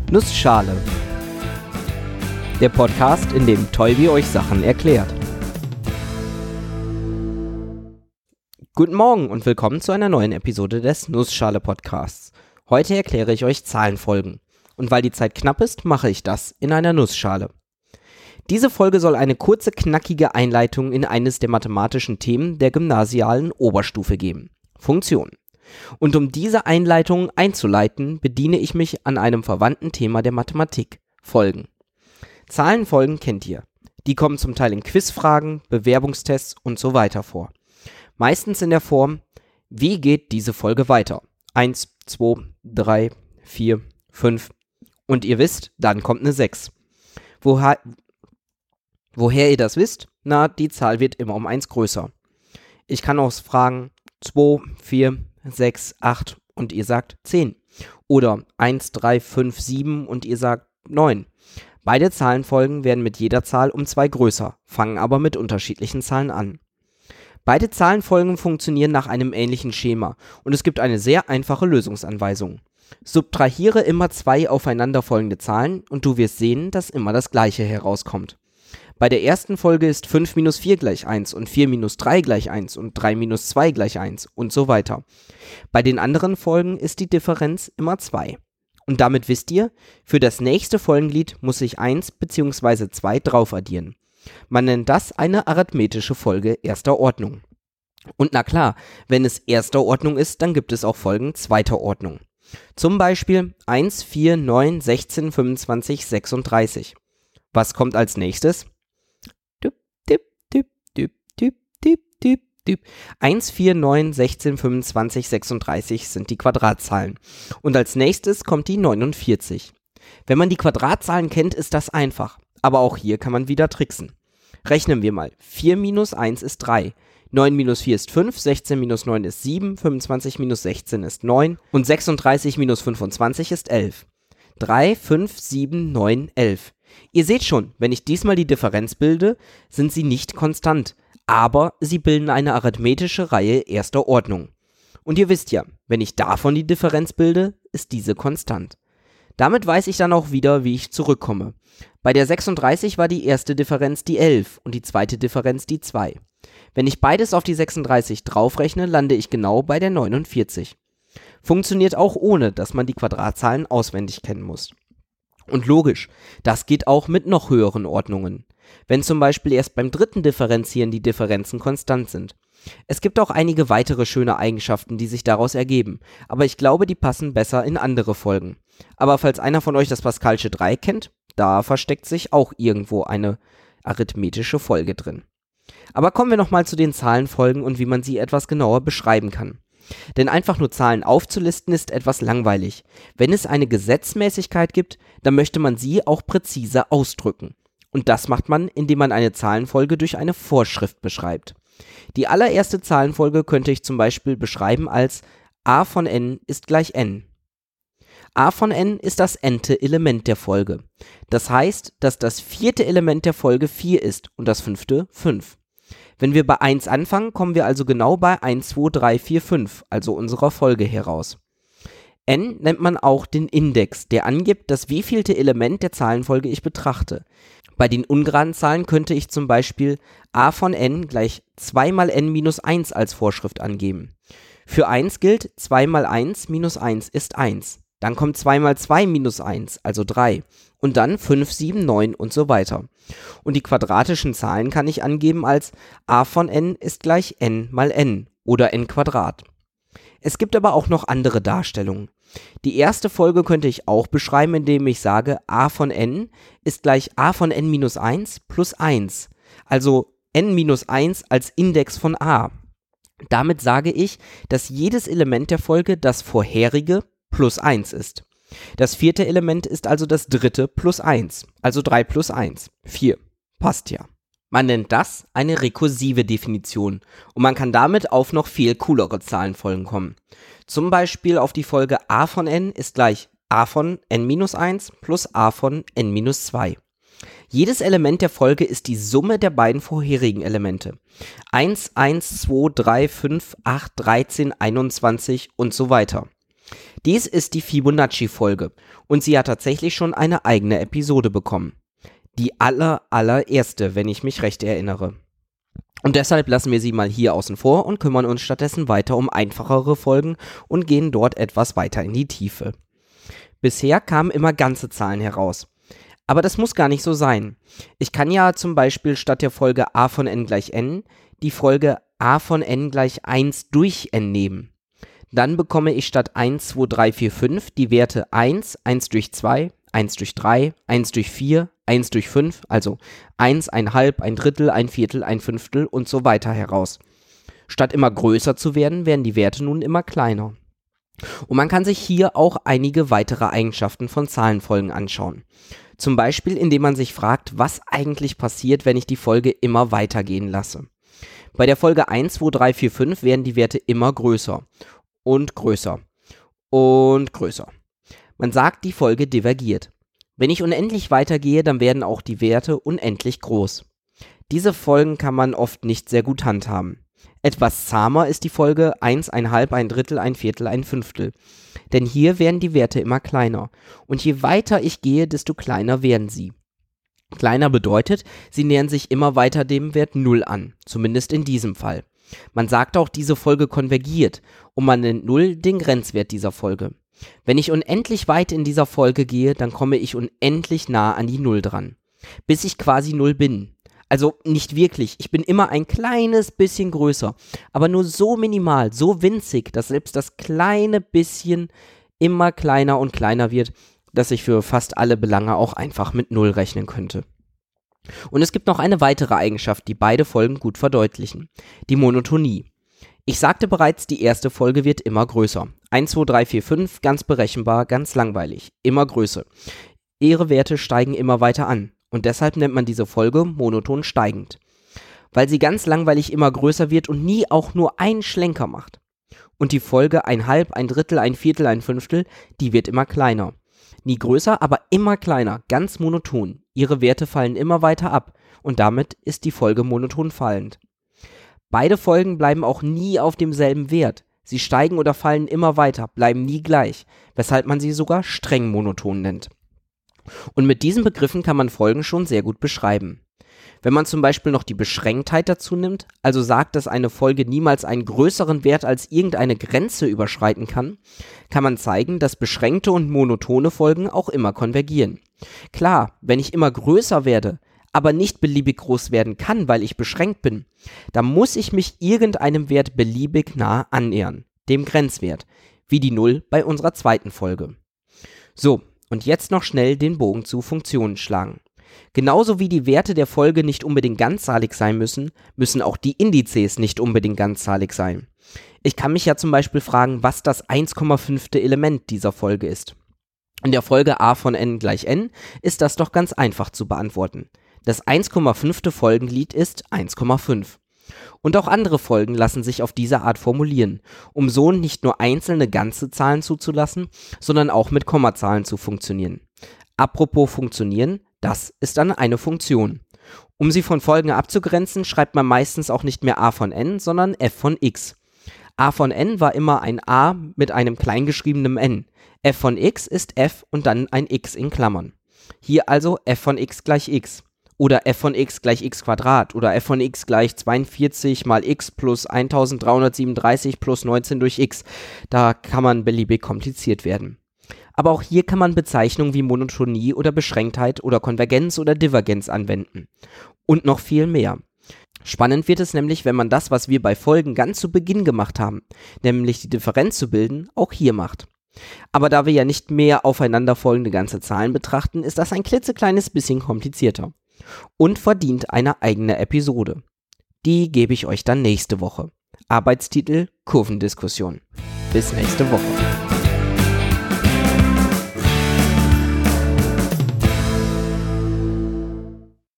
Nussschale. Der Podcast, in dem Tolbi euch Sachen erklärt. Guten Morgen und willkommen zu einer neuen Episode des Nussschale Podcasts. Heute erkläre ich euch Zahlenfolgen. Und weil die Zeit knapp ist, mache ich das in einer Nussschale. Diese Folge soll eine kurze, knackige Einleitung in eines der mathematischen Themen der gymnasialen Oberstufe geben: Funktionen. Und um diese Einleitung einzuleiten, bediene ich mich an einem verwandten Thema der Mathematik: Folgen. Zahlenfolgen kennt ihr. Die kommen zum Teil in Quizfragen, Bewerbungstests und so weiter vor. Meistens in der Form: Wie geht diese Folge weiter? 1, 2, 3, 4, 5. Und ihr wisst, dann kommt eine 6. Woher ihr das wisst? Na, die Zahl wird immer um 1 größer. Ich kann auch fragen 2, 4, 6, 8 und ihr sagt 10. Oder 1, 3, 5, 7 und ihr sagt 9. Beide Zahlenfolgen werden mit jeder Zahl um 2 größer, fangen aber mit unterschiedlichen Zahlen an. Beide Zahlenfolgen funktionieren nach einem ähnlichen Schema und es gibt eine sehr einfache Lösungsanweisung. Subtrahiere immer 2 aufeinanderfolgende Zahlen und du wirst sehen, dass immer das Gleiche herauskommt. Bei der ersten Folge ist 5 minus 4 gleich 1 und 4 minus 3 gleich 1 und 3 minus 2 gleich 1 und so weiter. Bei den anderen Folgen ist die Differenz immer 2. Und damit wisst ihr, für das nächste Folgenglied muss ich 1 bzw. 2 drauf addieren. Man nennt das eine arithmetische Folge erster Ordnung. Und na klar, wenn es erster Ordnung ist, dann gibt es auch Folgen zweiter Ordnung. Zum Beispiel 1, 4, 9, 16, 25, 36. Was kommt als nächstes? 1, 4, 9, 16, 25, 36 sind die Quadratzahlen. Und als nächstes kommt die 49. Wenn man die Quadratzahlen kennt, ist das einfach. Aber auch hier kann man wieder tricksen. Rechnen wir mal. 4 minus 1 ist 3. 9 minus 4 ist 5, 16 minus 9 ist 7, 25 minus 16 ist 9 und 36 minus 25 ist 11. 3, 5, 7, 9, 11. Ihr seht schon, wenn ich diesmal die Differenz bilde, sind sie nicht konstant, aber sie bilden eine arithmetische Reihe erster Ordnung. Und ihr wisst ja, wenn ich davon die Differenz bilde, ist diese konstant. Damit weiß ich dann auch wieder, wie ich zurückkomme. Bei der 36 war die erste Differenz die 11 und die zweite Differenz die 2. Wenn ich beides auf die 36 draufrechne, lande ich genau bei der 49. Funktioniert auch ohne, dass man die Quadratzahlen auswendig kennen muss. Und logisch, das geht auch mit noch höheren Ordnungen. Wenn zum Beispiel erst beim dritten Differenzieren die Differenzen konstant sind. Es gibt auch einige weitere schöne Eigenschaften, die sich daraus ergeben, aber ich glaube, die passen besser in andere Folgen. Aber falls einer von euch das Pascalsche Dreieck kennt, da versteckt sich auch irgendwo eine arithmetische Folge drin. Aber kommen wir nochmal zu den Zahlenfolgen und wie man sie etwas genauer beschreiben kann. Denn einfach nur Zahlen aufzulisten ist etwas langweilig. Wenn es eine Gesetzmäßigkeit gibt, dann möchte man sie auch präzise ausdrücken. Und das macht man, indem man eine Zahlenfolge durch eine Vorschrift beschreibt. Die allererste Zahlenfolge könnte ich zum Beispiel beschreiben als a von n ist gleich n. A von n ist das n-te Element der Folge. Das heißt, dass das 4. Element der Folge 4 ist und das 5. 5. Wenn wir bei 1 anfangen, kommen wir also genau bei 1, 2, 3, 4, 5, also unserer Folge heraus. N nennt man auch den Index, der angibt, das wievielte Element der Zahlenfolge ich betrachte. Bei den ungeraden Zahlen könnte ich zum Beispiel a von n gleich 2 mal n minus 1 als Vorschrift angeben. Für 1 gilt 2 mal 1 minus 1 ist 1. Dann kommt 2 mal 2 minus 1, also 3. Und dann 5, 7, 9 und so weiter. Und die quadratischen Zahlen kann ich angeben als a von n ist gleich n mal n oder n Quadrat. Es gibt aber auch noch andere Darstellungen. Die erste Folge könnte ich auch beschreiben, indem ich sage, a von n ist gleich a von n minus 1 plus 1. Also n minus 1 als Index von a. Damit sage ich, dass jedes Element der Folge das vorherige plus 1 ist. Das 4. Element ist also das 3. plus 1, also 3 plus 1, 4. Passt ja. Man nennt das eine rekursive Definition und man kann damit auf noch viel coolere Zahlenfolgen kommen. Zum Beispiel auf die Folge a von n ist gleich a von n minus 1 plus a von n minus 2. Jedes Element der Folge ist die Summe der beiden vorherigen Elemente. 1, 1, 2, 3, 5, 8, 13, 21 und so weiter. Dies ist die Fibonacci-Folge und sie hat tatsächlich schon eine eigene Episode bekommen. Die allererste, wenn ich mich recht erinnere. Und deshalb lassen wir sie mal hier außen vor und kümmern uns stattdessen weiter um einfachere Folgen und gehen dort etwas weiter in die Tiefe. Bisher kamen immer ganze Zahlen heraus. Aber das muss gar nicht so sein. Ich kann ja zum Beispiel statt der Folge a von n gleich n die Folge a von n gleich 1 durch n nehmen. Dann bekomme ich statt 1, 2, 3, 4, 5 die Werte 1, 1 durch 2, 1 durch 3, 1 durch 4, 1 durch 5, also 1, 1/2, 1/3, 1/4, 1/5 und so weiter heraus. Statt immer größer zu werden, werden die Werte nun immer kleiner. Und man kann sich hier auch einige weitere Eigenschaften von Zahlenfolgen anschauen. Zum Beispiel, indem man sich fragt, was eigentlich passiert, wenn ich die Folge immer weitergehen lasse. Bei der Folge 1, 2, 3, 4, 5 werden die Werte immer größer und größer und größer. Man sagt, die Folge divergiert. Wenn ich unendlich weitergehe, dann werden auch die Werte unendlich groß. Diese Folgen kann man oft nicht sehr gut handhaben. Etwas zahmer ist die Folge 1, 1/2, 1/3, 1/4, 1/5. Denn hier werden die Werte immer kleiner. Und je weiter ich gehe, desto kleiner werden sie. Kleiner bedeutet, sie nähern sich immer weiter dem Wert 0 an, zumindest in diesem Fall. Man sagt auch, diese Folge konvergiert und man nennt 0 den Grenzwert dieser Folge. Wenn ich unendlich weit in dieser Folge gehe, dann komme ich unendlich nah an die 0 dran, bis ich quasi 0 bin. Also nicht wirklich, ich bin immer ein kleines bisschen größer, aber nur so minimal, so winzig, dass selbst das kleine bisschen immer kleiner und kleiner wird, dass ich für fast alle Belange auch einfach mit 0 rechnen könnte. Und es gibt noch eine weitere Eigenschaft, die beide Folgen gut verdeutlichen: die Monotonie. Ich sagte bereits, die erste Folge wird immer größer. 1, 2, 3, 4, 5, ganz berechenbar, ganz langweilig, immer größer. Ihre Werte steigen immer weiter an und deshalb nennt man diese Folge monoton steigend. Weil sie ganz langweilig immer größer wird und nie auch nur einen Schlenker macht. Und die Folge 1/2, 1/3, 1/4, 1/5, die wird immer kleiner. Nie größer, aber immer kleiner, ganz monoton. Ihre Werte fallen immer weiter ab und damit ist die Folge monoton fallend. Beide Folgen bleiben auch nie auf demselben Wert. Sie steigen oder fallen immer weiter, bleiben nie gleich, weshalb man sie sogar streng monoton nennt. Und mit diesen Begriffen kann man Folgen schon sehr gut beschreiben. Wenn man zum Beispiel noch die Beschränktheit dazu nimmt, also sagt, dass eine Folge niemals einen größeren Wert als irgendeine Grenze überschreiten kann, kann man zeigen, dass beschränkte und monotone Folgen auch immer konvergieren. Klar, wenn ich immer größer werde, aber nicht beliebig groß werden kann, weil ich beschränkt bin, dann muss ich mich irgendeinem Wert beliebig nah annähern, dem Grenzwert, wie die 0 bei unserer zweiten Folge. So, und jetzt noch schnell den Bogen zu Funktionen schlagen. Genauso wie die Werte der Folge nicht unbedingt ganzzahlig sein müssen, müssen auch die Indizes nicht unbedingt ganzzahlig sein. Ich kann mich ja zum Beispiel fragen, was das 1,5. Element dieser Folge ist. In der Folge a von n gleich n ist das doch ganz einfach zu beantworten. Das 1,5. Folgenglied ist 1,5. Und auch andere Folgen lassen sich auf diese Art formulieren, um so nicht nur einzelne ganze Zahlen zuzulassen, sondern auch mit Kommazahlen zu funktionieren. Apropos funktionieren, das ist dann eine Funktion. Um sie von Folgen abzugrenzen, schreibt man meistens auch nicht mehr a von n, sondern f von x. A von n war immer ein a mit einem kleingeschriebenen n. F von x ist f und dann ein x in Klammern. Hier also f von x gleich x. Oder f von x gleich x Quadrat oder f von x gleich 42 mal x plus 1337 plus 19 durch x. Da kann man beliebig kompliziert werden. Aber auch hier kann man Bezeichnungen wie Monotonie oder Beschränktheit oder Konvergenz oder Divergenz anwenden. Und noch viel mehr. Spannend wird es nämlich, wenn man das, was wir bei Folgen ganz zu Beginn gemacht haben, nämlich die Differenz zu bilden, auch hier macht. Aber da wir ja nicht mehr aufeinanderfolgende ganze Zahlen betrachten, ist das ein klitzekleines bisschen komplizierter. Und verdient eine eigene Episode. Die gebe ich euch dann nächste Woche. Arbeitstitel: Kurvendiskussion. Bis nächste Woche.